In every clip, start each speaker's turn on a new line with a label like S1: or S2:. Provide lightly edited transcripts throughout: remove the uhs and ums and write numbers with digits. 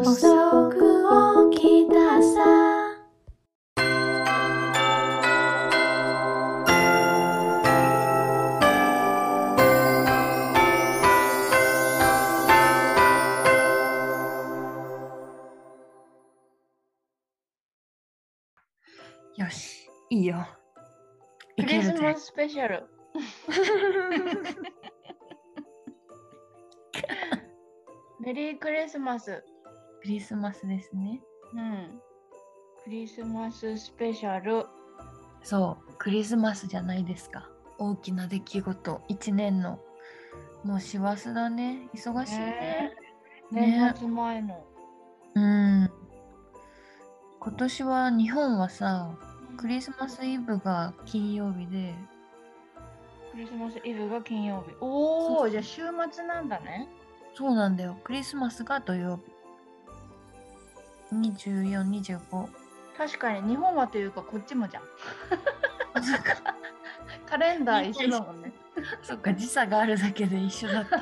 S1: 遅く起きたさ。
S2: よし、いいよ。
S3: クリスマススペシャル。メリークリスマス。
S2: クリスマスですね。
S3: うん。クリスマススペシャル。
S2: そう、クリスマスじゃないですか。大きな出来事、一年の。もう師走だね。忙しいね。
S3: 年末前の。
S2: うん。今年は日本はさ、クリスマスイブが金曜日で。
S3: クリスマスイブが金曜日。おお、じゃあ週末なんだね。
S2: そうなんだよ。クリスマスが土曜日。24、25。
S3: 確かに日本はというかこっちもじゃん。
S2: そっか。
S3: カレンダー一緒だもんね。
S2: そっか、時差があるだけで一緒だった。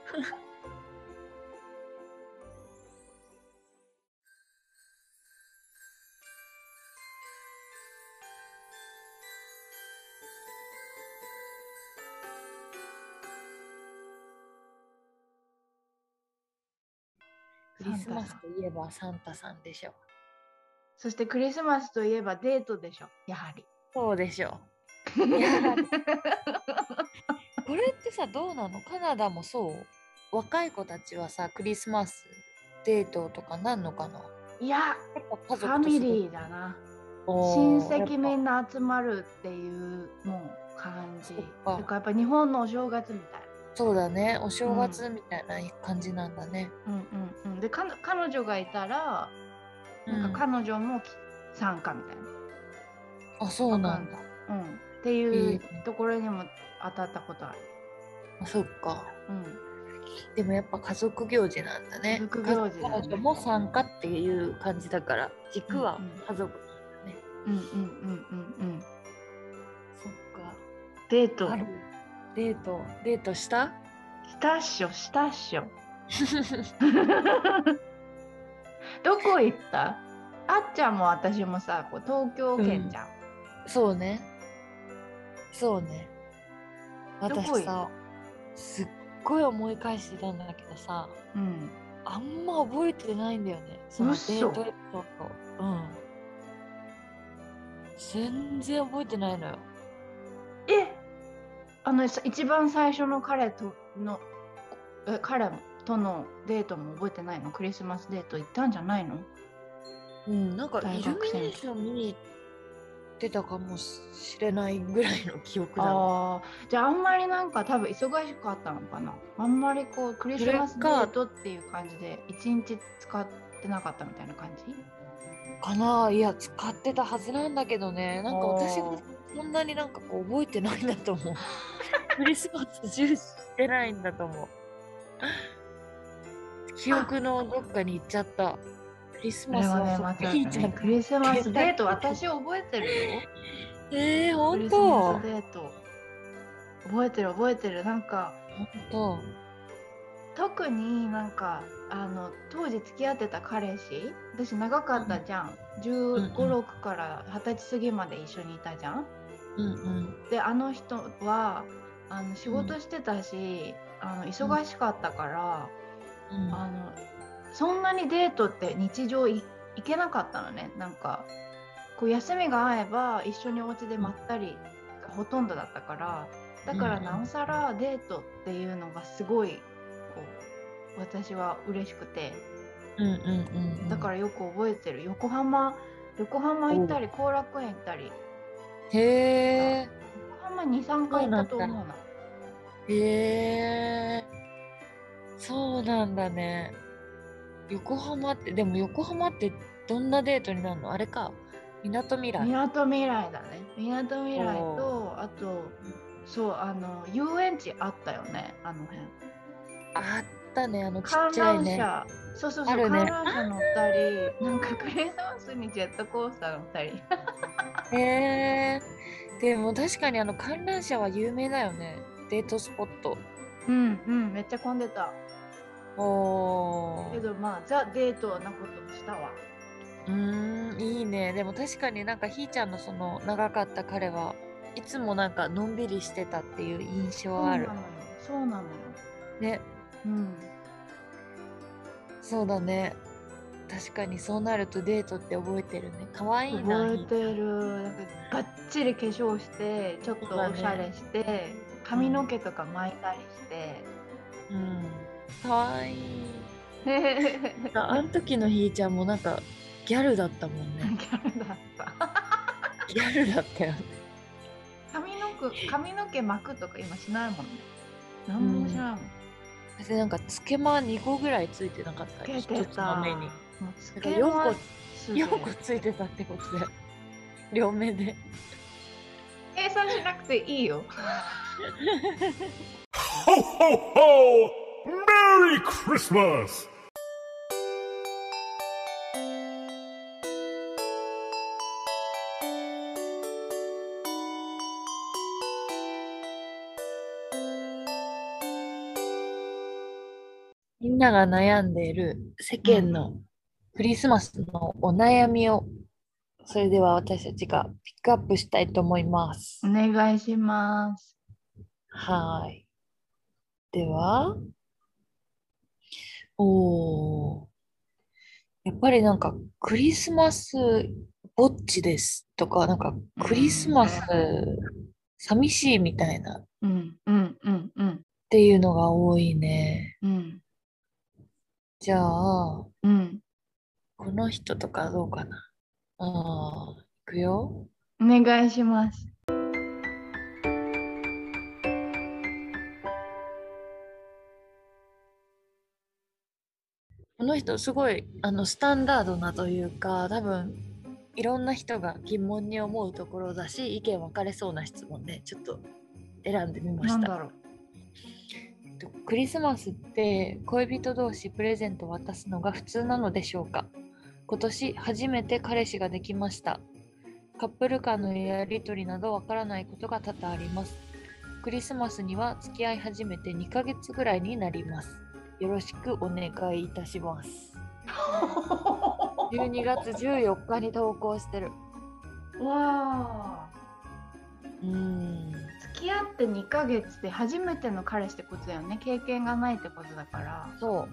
S2: クリスマスといえばサンタさんでしょ。
S3: そしてクリスマスといえばデートでしょ、やはり。
S2: そうでしょ。やはり。これってさ、どうなの？カナダもそう？若い子たちはさ、クリスマスデートとかなんのかな？
S3: いや、
S2: やっぱ
S3: ファミリーだな。親戚みんな集まるっていうもう感じ。それからやっぱ日本のお正月みたいな。
S2: そうだね、お正月みたいな感じなんだね。
S3: で、彼女がいたら、なんか彼女も参加みたいな。
S2: あ、そうなんだ。
S3: っていうところにも当たったことある。
S2: あ、そっか。でもやっぱ家族行事なんだね。
S3: 家族行事だね。
S2: 彼女も参加っていう感じだから、軸は家族なんだね。そっか。
S3: デート。
S2: デートした
S3: っしょ。どこ行った？あっちゃんも私もさ、東京圏じゃん。
S2: そうね。私さ、すっごい思い返してたんだけどさ、あんま覚えてないんだよね。そのデートエピソード。全然覚えてないのよ。
S3: 一番最初の彼とのデートも覚えてないの？クリスマスデート行ったんじゃないの？
S2: なんかイルミネーション見に行ってたかもしれないぐらいの記憶だわ。
S3: じゃああんまりなんか多分忙しかったのかな。あんまりこうクリスマスデートっていう感じで一日使ってなかったみたいな感じ
S2: かな。いや、使ってたはずなんだけどね。なんか私がそんなになんかこう覚えてないんだと思う。クリスマス重視してないんだと思う。記憶のどっかに行っちゃった。クリスマスは
S3: クリスマスデート私覚えてるよ。
S2: ほんと？
S3: クリスマスデート覚えてる。なんか
S2: ほんと。
S3: 特になんか当時付き合ってた彼氏、私長かったじゃん。15、6から20歳過ぎまで一緒にいたじゃん。であの人は仕事してたし、忙しかったから、そんなにデートって日常行けなかったのね。なんかこう休みが合えば一緒にお家でまったりがほとんどだったから、だからなおさらデートっていうのがすごいこう私は嬉しくて、だからよく覚えてる。横浜行ったり後楽園行ったり。
S2: へえ。
S3: 横浜2、3回行ったと思うな。
S2: へえ。そうなんだね。横浜ってどんなデートになるの？あれか、みなとみらい。
S3: みなとみらいだね。みなとみらいと、あとそう遊園地あったよね、あの辺。
S2: あったね、ちっちゃいね。
S3: そう、観覧車乗ったり、なんかクリスマスにジェットコースター乗ったり。
S2: へえ。でも確かに観覧車は有名だよね。デートスポット。
S3: めっちゃ混んでた。 け
S2: おー。
S3: どまあザ・デートなこともしたわ。
S2: いいね。でも確かになんかひーちゃんのその長かった彼はいつもなんかのんびりしてたっていう印象ある。
S3: そうなのよ。そうなのよ。
S2: ね。
S3: うん。
S2: そうだね。確かにそうなるとデートって覚えてるね。かわいいな、
S3: 覚え
S2: ひーちゃん。
S3: てる。なんかがっちり化粧してちょっ
S2: そう
S3: とおしゃ
S2: だね。
S3: れして髪の毛とか巻いたりして。
S2: うん。かわいい。あん時のひーちゃんもなんかギャルだったもんね。
S3: ギャルだった。
S2: ギャルだったよね。
S3: 髪の毛巻くとか今しないもんね。な
S2: う
S3: んもし
S2: ん。
S3: ないもん。
S2: でなんかつけま2個ぐらいついてなかった
S3: つけて
S2: 一つの目
S3: た。
S2: に。
S3: もうつ
S2: だから4
S3: けま
S2: 個、
S3: つげ。
S2: 4個ついてたってことで。両目で。
S3: 計算しなくていいよ。
S4: Ho, ho, ho! Merry Christmas!
S2: みんなが悩んでいる世間のクリスマスのお悩みを、それでは私たちがピックアップしたいと思います。
S3: お願いします。
S2: はい。では、おー、やっぱりなんかクリスマスぼっちですとか、なんかクリスマス寂しいみたいなっ
S3: うんうんうんうん
S2: ていうのが多いね。
S3: うん
S2: じゃあ、
S3: うん
S2: この人とかどうかな。いくよ。
S3: お願いします。
S2: この人すごいスタンダードなというか、多分いろんな人が疑問に思うところだし、意見分かれそうな質問でちょっと選んでみました。
S3: なんだろう。
S2: クリスマスって恋人同士プレゼントを渡すのが普通なのでしょうか？今年初めて彼氏ができました。カップル間のやりとりなどわからないことが多々あります。クリスマスには付き合い始めて2ヶ月ぐらいになります。よろしくお願いいたします。12月14日に投稿してる。
S3: わあ。付き合って2ヶ月で初めての彼氏ってことだよね。経験がないってことだから。
S2: そう。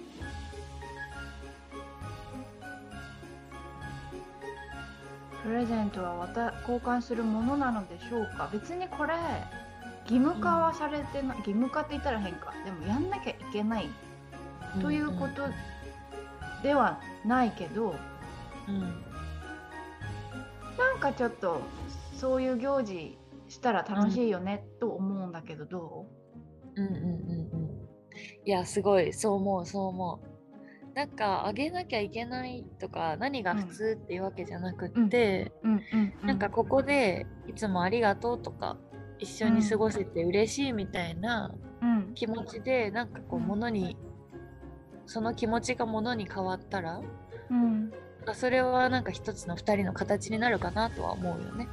S3: プレゼントは交換するものなのでしょうか。別にこれ義務化はされてない、義務化って言ったら変か。でもやんなきゃいけないということではないけど、なんかちょっとそういう行事したら楽しいよねと思うんだけど、どう？
S2: いや、すごいそう思うそう思う。なんかあげなきゃいけないとか何が普通っていうわけじゃなくって、なんかここでいつもありがとうとか一緒に過ごせて嬉しいみたいな気持ちで、なんかこう物に、その気持ちが物に変わったら、それはなんか一つの二人の形になるかなとは思うよね。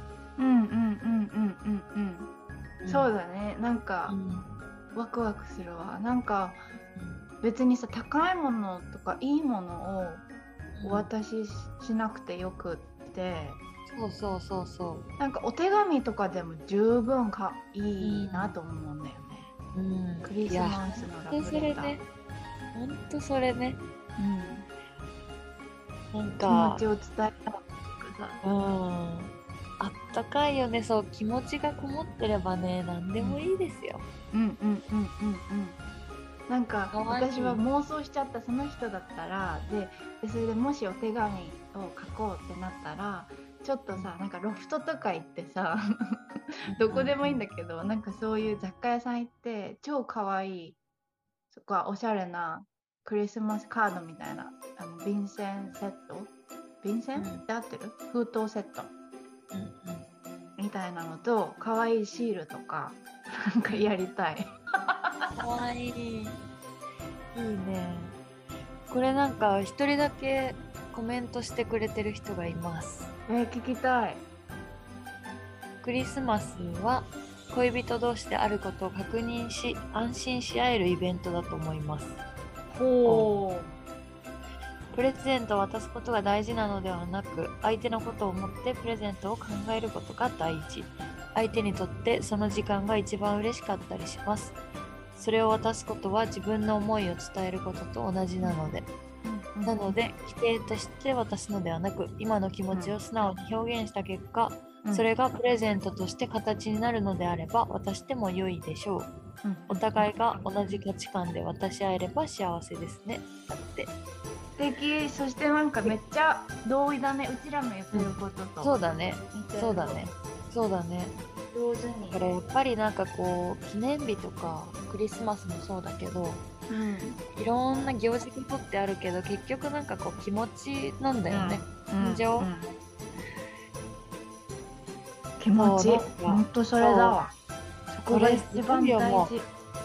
S3: そうだね。なんか、ワクワクするわ。なんか別にさ、高いものとかいいものをお渡ししなくてよくって、
S2: そう
S3: なんかお手紙とかでも十分いいなと思うんだよね。クリスマスのラブレター。
S2: ほんとそれね。なん
S3: 気
S2: か
S3: 持ちを伝えたらとかさ。
S2: あったかいよね。そう、気持ちがこもってればね、何でもいいですよ。
S3: なんか私は妄想しちゃった。その人だったらでそれでもしお手紙を書こうってなったら、ちょっとさ、なんかロフトとか行ってさどこでもいいんだけど、なんかそういう雑貨屋さん行って超かわいい、そこはおしゃれなクリスマスカードみたいな、便箋セット、便箋って合ってる？封筒セットみたいなのとかわいいシールとかなんかやりたい。
S2: かわいい。いいね。これなんか一人だけコメントしてくれてる人がいます。
S3: 聞きたい。
S2: クリスマスは恋人同士であることを確認し、安心し合えるイベントだと思います。
S3: ほ
S2: プレゼントを渡すことが大事なのではなく、相手のことを思ってプレゼントを考えることが大事。相手にとってその時間が一番嬉しかったりします。それを渡すことは自分の思いを伝えることと同じなので。なので、規定として渡すのではなく、今の気持ちを素直に表現した結果、それがプレゼントとして形になるのであれば、渡しても良いでしょう。お互いが同じ価値観で渡し合えれば幸せですね。だって。
S3: 素敵。そしてなんかめっちゃ同意だね。うちらの言ってることと。
S2: そうだね。そうだね。そうだね。
S3: 上手に。
S2: これやっぱりなんかこう記念日とかクリスマスもそうだけど、いろんな行事事ってあるけど、結局なんかこう気持ちなんだよね。感情。
S3: 気持ち。ほんとそれだわ。そこが一番大事。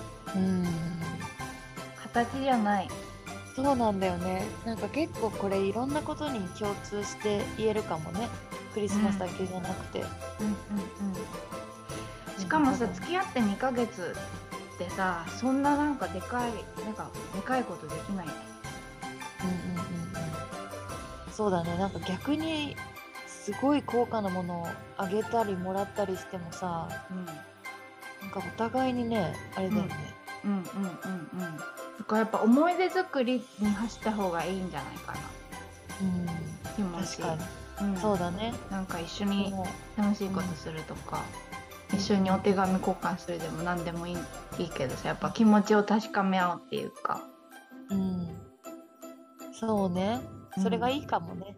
S3: 形じゃない。
S2: そうなんだよね。なんか結構これいろんなことに共通して言えるかもね。クリスマスだけじゃなくて。
S3: しかもさ、付き合って2ヶ月ってさ、そんななんかでかいことできないね。
S2: そうだね。なんか逆にすごい高価なものをあげたりもらったりしてもさ、なんかお互いにね、あれだよね。だからやっぱ思い出作りに走った方がいいんじゃないかな。気持ち。確かに。そうだね。
S3: なんか一緒に楽しいことするとか、一緒にお手紙交換するでも何でもいいけどさ、やっぱ気持ちを確かめ合うっていうか。
S2: そうね。それがいいかもね。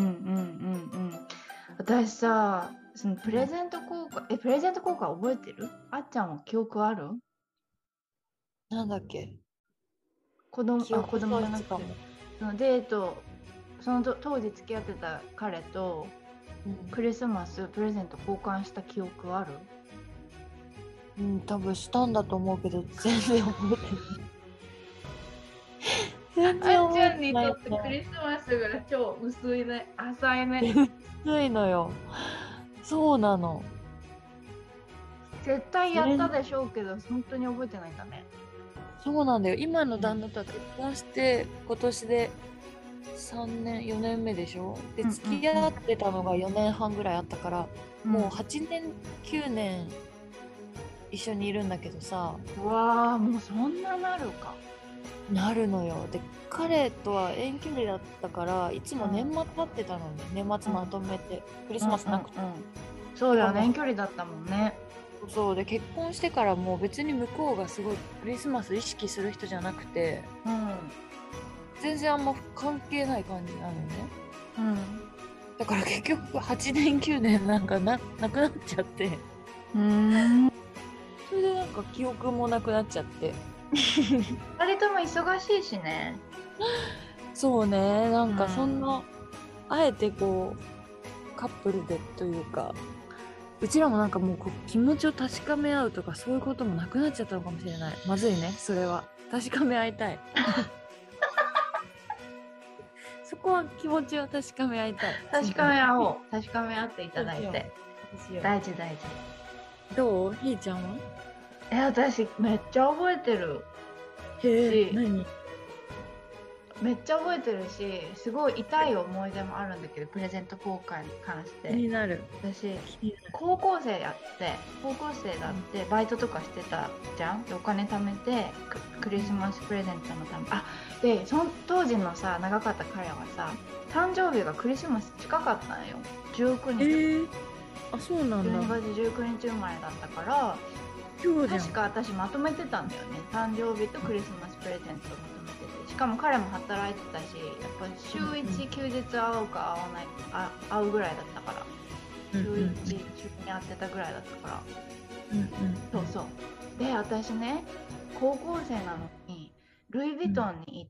S3: 私さ、そのプレゼント交換覚えてる？あっちゃんは記憶ある？
S2: なんだっけ？
S3: 子供じゃなくて、そのデート、その当時付き合ってた彼とクリスマスプレゼント交換した記憶ある？
S2: 多分したんだと思うけど全然覚えてない。
S3: あっちゃんにとってクリスマスが超薄いね、浅いね。
S2: 薄いのよ。そうなの。
S3: 絶対やったでしょうけど本当に覚えてないんだね。
S2: そうなんだよ。今の旦那とは結婚して今年で3年4年目でしょ。で付き合ってたのが4年半ぐらいあったから、もう8年9年一緒にいるんだけどさ。
S3: うわー、もうそんななるか。
S2: なるのよ。で彼とは遠距離だったからいつも年末会ってたのに、年末まとめて、クリスマスなくて、
S3: そうだよね、遠距離だったもんね。
S2: そうで結婚してからもう別に向こうがすごいクリスマス意識する人じゃなくて、全然あんま関係ない感じなのね。だから結局8年9年なんか なくなっちゃって、それでなんか記憶もなくなっちゃって。
S3: 2人とも忙しいしね。
S2: そうね、なんかそんな、あえてこうカップルでというか、うちらもなんかもう気持ちを確かめ合うとかそういうこともなくなっちゃったのかもしれない。まずいね、それは。確かめ合いたい。そこは気持ちを確かめ合いたい。
S3: 確かめ合おう。確かめ合っていただいて。大事。
S2: どう？ひーちゃんは？
S3: 私めっちゃ覚えてる。
S2: 何？
S3: めっちゃ覚えてるし、すごい痛い思い出もあるんだけど、プレゼント交換に関して。
S2: 気になる。
S3: 私高校生だって、バイトとかしてたじゃん。お金貯めてクリスマスプレゼントのため。でその当時のさ、長かった彼はさ、誕生日がクリスマス近かったのよ。19日。
S2: あ、そうなんだ。
S3: 12月19日生まれだったから、確か私まとめてたんだよね。誕生日とクリスマスプレゼントをまとめてて、しかも彼も働いてたし、やっぱ週1休日会うか会わないか会うぐらいだったから、週1週に会ってたぐらいだったから、で私ね、高校生なのにルイ・ヴィトンに行って、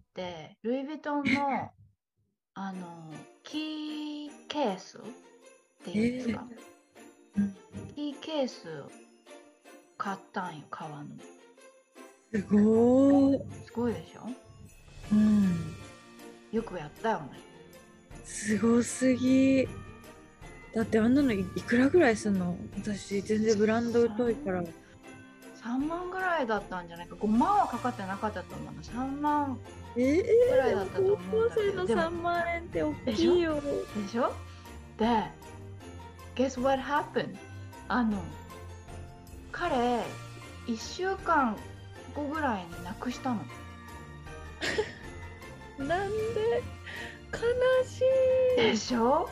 S3: ルイ・ヴィトンのキーケースっていうんですか、キーケース買ったんよ、革の。
S2: すご
S3: いでしょ。よくやったよね。
S2: すごすぎ。だってあんなのいくらぐらいすんの？私全然ブランド疎いから。
S3: 3万ぐらいだったんじゃないか。5万はかかってなかったと思うの。3万ぐらいだったと思うんだけど。
S2: 高校生の3万円って大きいよ。
S3: でしょ。で Guess what happened? 彼1週間後ぐらいに亡くしたの。
S2: なんで悲しい
S3: でしょ。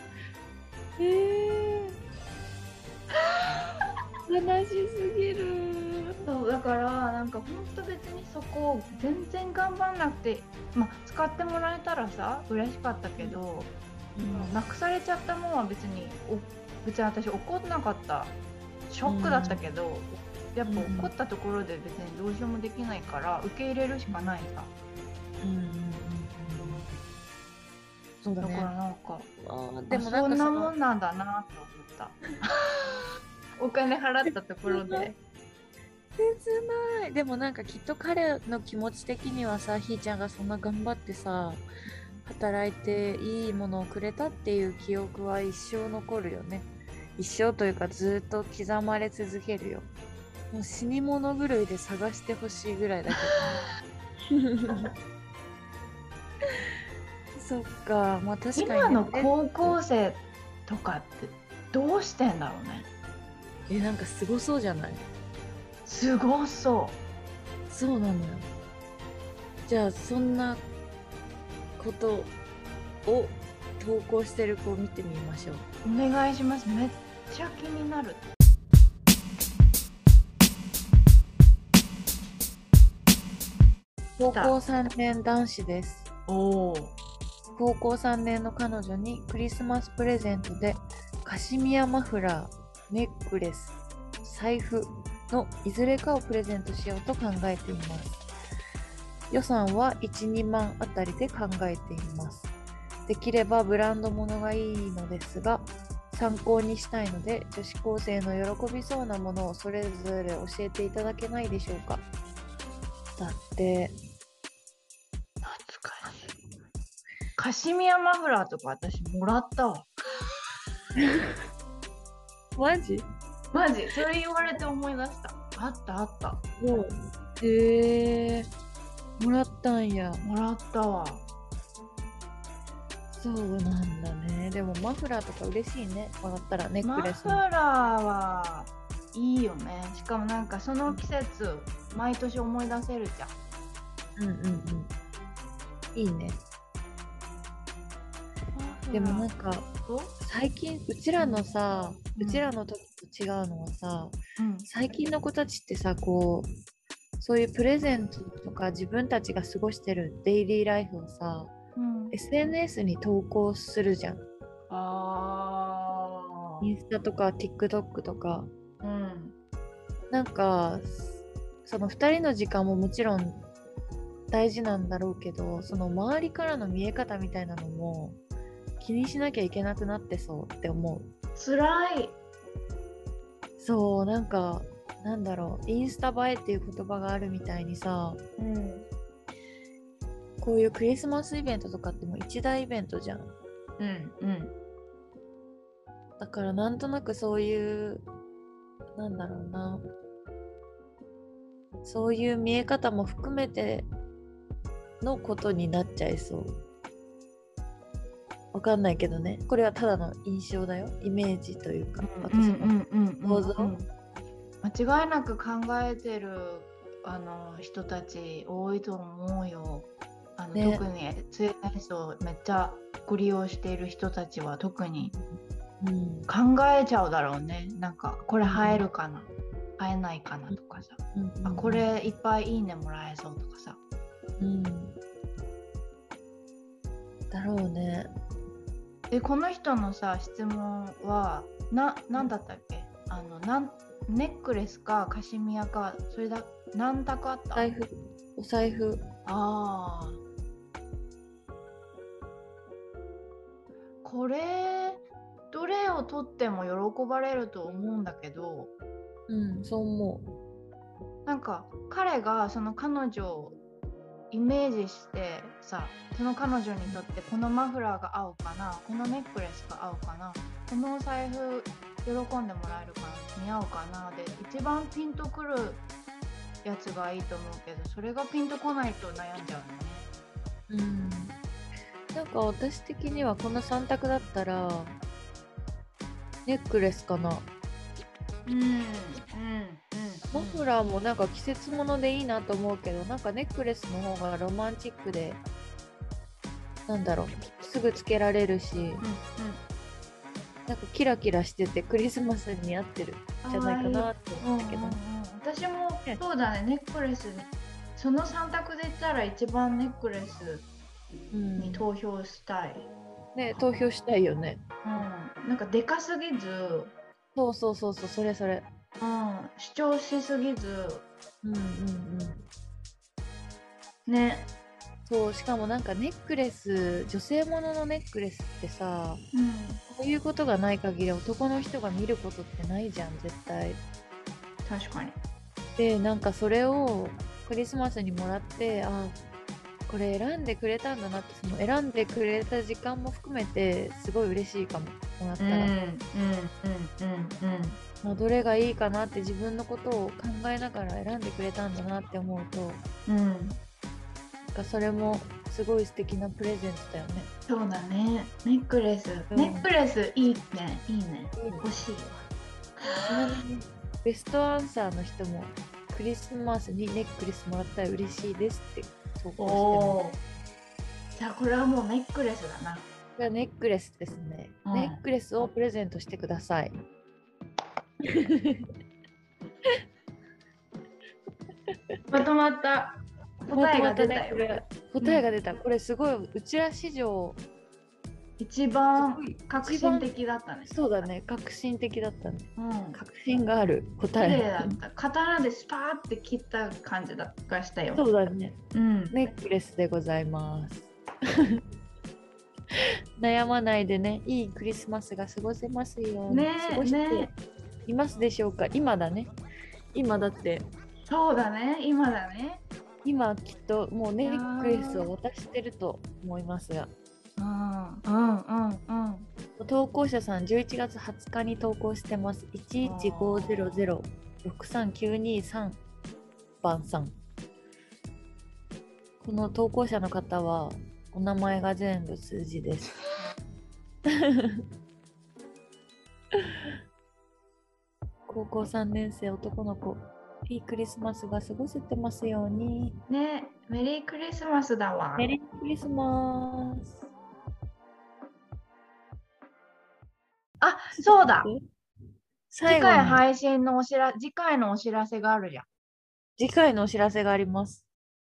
S2: 悲しすぎる。
S3: そうだからなんかほんと別にそこ全然頑張んなくて、まあ使ってもらえたらさ嬉しかったけど、なくされちゃったもんは別に私怒んなかった。ショックだったけど、やっぱ怒ったところで別にどうしようもできないから受け入れるしかないさ。
S2: そうだね。
S3: だからなんか
S2: でもなんか
S3: そんなもんなんだなと思った。お金払ったところで。
S2: 切ない。でもなんかきっと彼の気持ち的にはさ、ひーちゃんがそんな頑張ってさ働いていいものをくれたっていう記憶は一生残るよね。一生というかずっと刻まれ続けるよ。もう死に物狂いで探してほしいぐらいだけど、ね、そっか。まあ確かに、ね、
S3: 今の高校生とかってどうしてんだろうね。
S2: なんかすごそうじゃない？
S3: すごそう。
S2: そうなのよ。じゃあそんなことを投稿してる子を見てみましょう。
S3: お願いします。めっちゃ気になる。
S2: 高校3年男子です。
S3: おー。
S2: 高校3年の彼女にクリスマスプレゼントでカシミヤマフラー、ネックレス、財布のいずれかをプレゼントしようと考えています。予算は 1,2 万あたりで考えています。できればブランド物がいいのですが、参考にしたいので女子高生の喜びそうなものをそれぞれ教えていただけないでしょうか。だって
S3: 懐かしい。カシミヤマフラーとか私もらったわ。
S2: マジ
S3: それ言われて思い出した。あった。
S2: もらったんや。
S3: もらったわ。
S2: そうなんだね。でもマフラーとか嬉しいね。もらったらネックレス。
S3: マフラーはいいよね。しかもなんかその季節毎年思い出せるじゃん。
S2: いいね。でもなんか最近うちらの時と違うのはさ、最近の子たちってさ、こうそういうプレゼントとか自分たちが過ごしてるデイリーライフをさ、SNS に投稿するじゃん。インスタとか TikTok とか、なんかその2人の時間ももちろん大事なんだろうけど、その周りからの見え方みたいなのも気にしなきゃいけなくなってそうって思う。
S3: つらい。
S2: そう、なんかなんだろう、インスタ映えっていう言葉があるみたいにさ、こういうクリスマスイベントとかってもう一大イベントじゃん。だからなんとなくそういうなんだろうな、そういう見え方も含めてのことになっちゃいそう。わかんないけどね。これはただの印象だよ。イメージというか、私の想像。
S3: 間違いなく考えてる人たち多いと思うよ。ね、特に SNS をめっちゃご利用している人たちは特に考えちゃうだろうね。なんかこれ映えるかな、映えないかなとかさ、これいっぱいいいねもらえそうとかさ、
S2: だろうね。
S3: でこの人のさ質問はなんだったっけ？ネックレスかカシミヤか、それだ、何択あった？
S2: お財布。
S3: これどれを取っても喜ばれると思うんだけど、
S2: そう思
S3: う。なんか彼がその彼女をイメージしてさ、その彼女にとってこのマフラーが合うかな、このネックレスが合うかな、このお財布喜んでもらえるかな、似合うかなで一番ピンとくるやつがいいと思うけど、それがピンとこないと悩んじゃうね。
S2: なんか私的にはこの3択だったらネックレスかな。マフラーもなんか季節物でいいなと思うけど、なんかネックレスの方がロマンチックで、なんだろう、すぐつけられるし、なんかキラキラしててクリスマスに合ってるんじゃないかなって思ったけど、
S3: 私もそうだね、ネックレスにその3択で言ったら一番ネックレスに投票したい。
S2: ね、投票したいよね。
S3: なんかでかすぎず、
S2: そう、それ。
S3: 主張しすぎず、ね。
S2: そう、しかもなんかネックレス、女性もののネックレスってさ、こういうことがない限り男の人が見ることってないじゃん、絶対。
S3: 確かに。
S2: で、なんかそれをクリスマスにもらって、これ選んでくれたんだなって、その選んでくれた時間も含めてすごい嬉しいかも、もらったら。どれがいいかなって自分のことを考えながら選んでくれたんだなって思うと、なんかそれもすごい素敵なプレゼントだよね。
S3: そうだね。ネックレスいいね。欲しいわ。
S2: ちなみにベストアンサーの人もクリスマスにネックレスもらったら嬉しいですって投稿してます。
S3: じゃあこれはもうネックレスだな。
S2: これはネックレスですね。ネックレスをプレゼントしてください。
S3: まとまった。答えが出たよ。
S2: 答えが出た。これすごい、うちら史上
S3: 一番革新的だったね。
S2: そうだね、革新的だったね。革新がある答え。
S3: 綺麗だった。刀でスパーって切った感じがしたよ。
S2: そうだね。ネックレスでございます。悩まないでね、いいクリスマスが過ごせますように。過ごしていますでしょうか。今だね。今だって。
S3: そうだね。今だね。
S2: 今きっともうネックレスを渡してると思いますが。投稿者さん11月20日に投稿してます。11500-63923番さん。この投稿者の方はお名前が全部数字です。高校3年生男の子、いいクリスマスが過ごせてますように。
S3: ね、メリークリスマスだわ。
S2: メリークリスマス。
S3: あ、そうだ。次回配信の次回のお知らせがあるじゃん。
S2: 次回のお知らせがあります。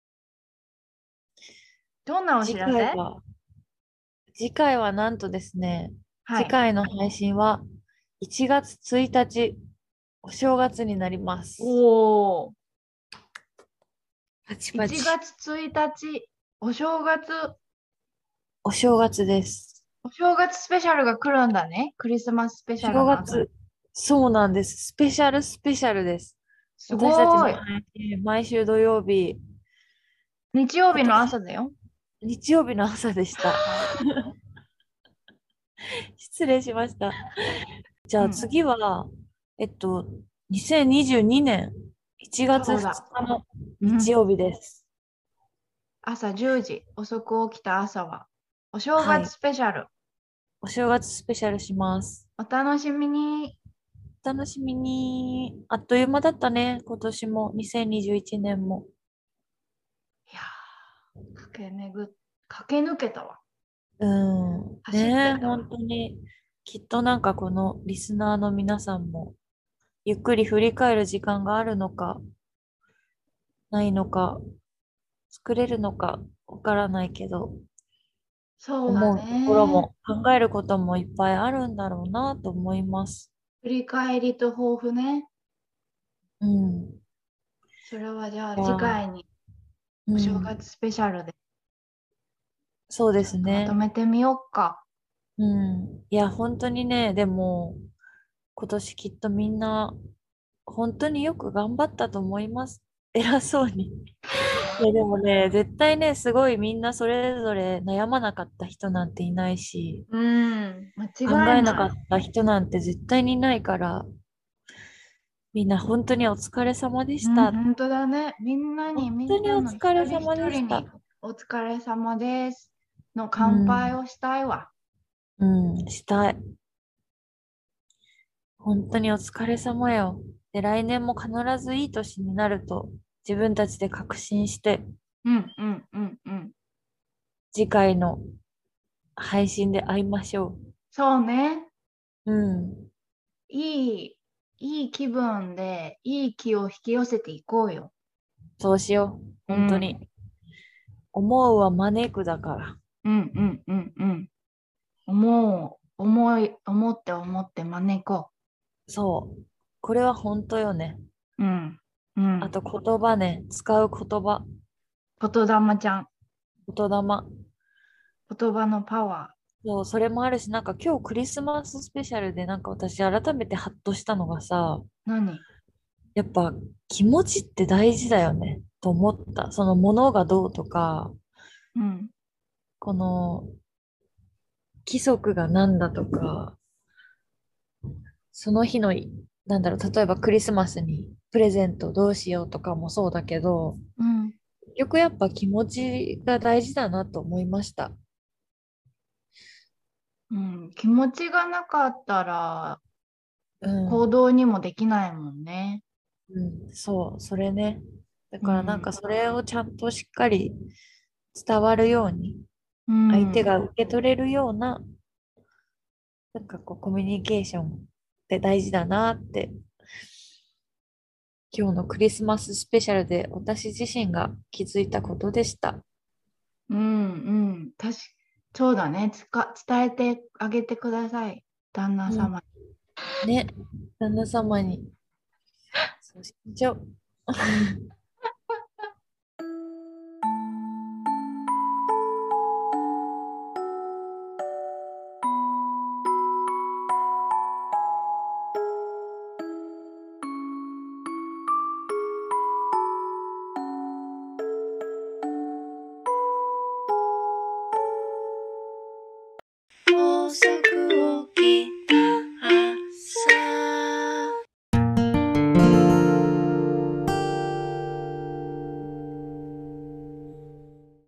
S3: どんなお知らせ？
S2: 次回はなんとですね、次回の配信は1月1日、お正月になります。
S3: おー。
S2: パチパチ。
S3: 1月1日、お正月。
S2: お正月です。
S3: お正月スペシャルが来るんだね。クリスマススペシャル。
S2: お正月、そうなんです。スペシャルです。
S3: すごい。
S2: 私たちの配信、毎週土曜日。
S3: 日曜日の朝だよ。
S2: 日曜日の朝でした。失礼しました。じゃあ次は、2022年1月2日の日曜日です。
S3: 朝10時、遅く起きた朝は、お正月スペシャル。
S2: お正月スペシャルします。
S3: お楽しみに。
S2: お楽しみに。あっという間だったね、今年も、2021年も。
S3: いやー、駆け抜けたわ。
S2: ね、本当に、きっとなんかこのリスナーの皆さんも、ゆっくり振り返る時間があるのか、ないのか、作れるのか、わからないけど、
S3: そうだね、
S2: 思うところも考えることもいっぱいあるんだろうなと思います。
S3: 振り返りと抱負ね。それはじゃあ次回にお正月スペシャルで、
S2: そうですね。
S3: まとめてみようか。
S2: いや本当にね、でも今年きっとみんな本当によく頑張ったと思います。偉そうに。 でもね、絶対ね、すごいみんなそれぞれ悩まなかった人なんていないし、
S3: うん、間
S2: 考
S3: 違いない。
S2: えなかった人なんて絶対にいないから、みんな本当にお疲れ様で
S3: うん、
S2: した。
S3: 本当だね。みんなに、
S2: 本
S3: みんな
S2: 当にお
S3: の一人
S2: 疲れ様でした。
S3: 一人にお疲れ様ですの
S2: う
S3: 乾杯
S2: ん、
S3: をしたいわ。
S2: うん、したい。本当にお疲れ様よ。で、来年も必ずいい年になると自分たちで確信して、
S3: うんうんうんうん。
S2: 次回の配信で会いましょ
S3: そうね。
S2: う。うん、
S3: いい、いい気分で、いい気を引き寄せていこうよ。
S2: そうしよう。
S3: うん。
S2: 本当に。思うは招くだから。
S3: うんうんうんうん。思って思って招こ
S2: そう。これは本当よね。
S3: う。うん。うん。
S2: あと言葉ね。使う言葉。
S3: 言霊ちゃん。
S2: 言霊。
S3: 言葉のパワ
S2: そう、それもあるし、なんか今日クリスマススペシャルでなんか私改めてハッとしたのがさ、
S3: ー。何？
S2: やっぱ気持ちって大事だよねと思った。そのものがどうとか、
S3: うん。
S2: この規則がなんだとか、その日の、なんだろう、例えばクリスマスにプレゼントどうしようとかもそうだけど、
S3: うん。
S2: 結局やっぱ気持ちが大事だなと思いました。
S3: うん。気持ちがなかったら
S2: う
S3: 行
S2: ん。
S3: 動にもできないもんね。
S2: うん、そう、それね。だからなん
S3: うん。
S2: かそれをちゃんとしっかり伝わるように、
S3: う
S2: 相手
S3: ん。
S2: が受け取れるような、なんかこうコミュニケーションって大事だなって、今日のクリスマススペシャルで私自身が気づいたことでした。
S3: うん。うん。そうだね。伝えてあげてください。旦那
S2: うん。
S3: 様に。
S2: ね、旦那様に、そうしましょう。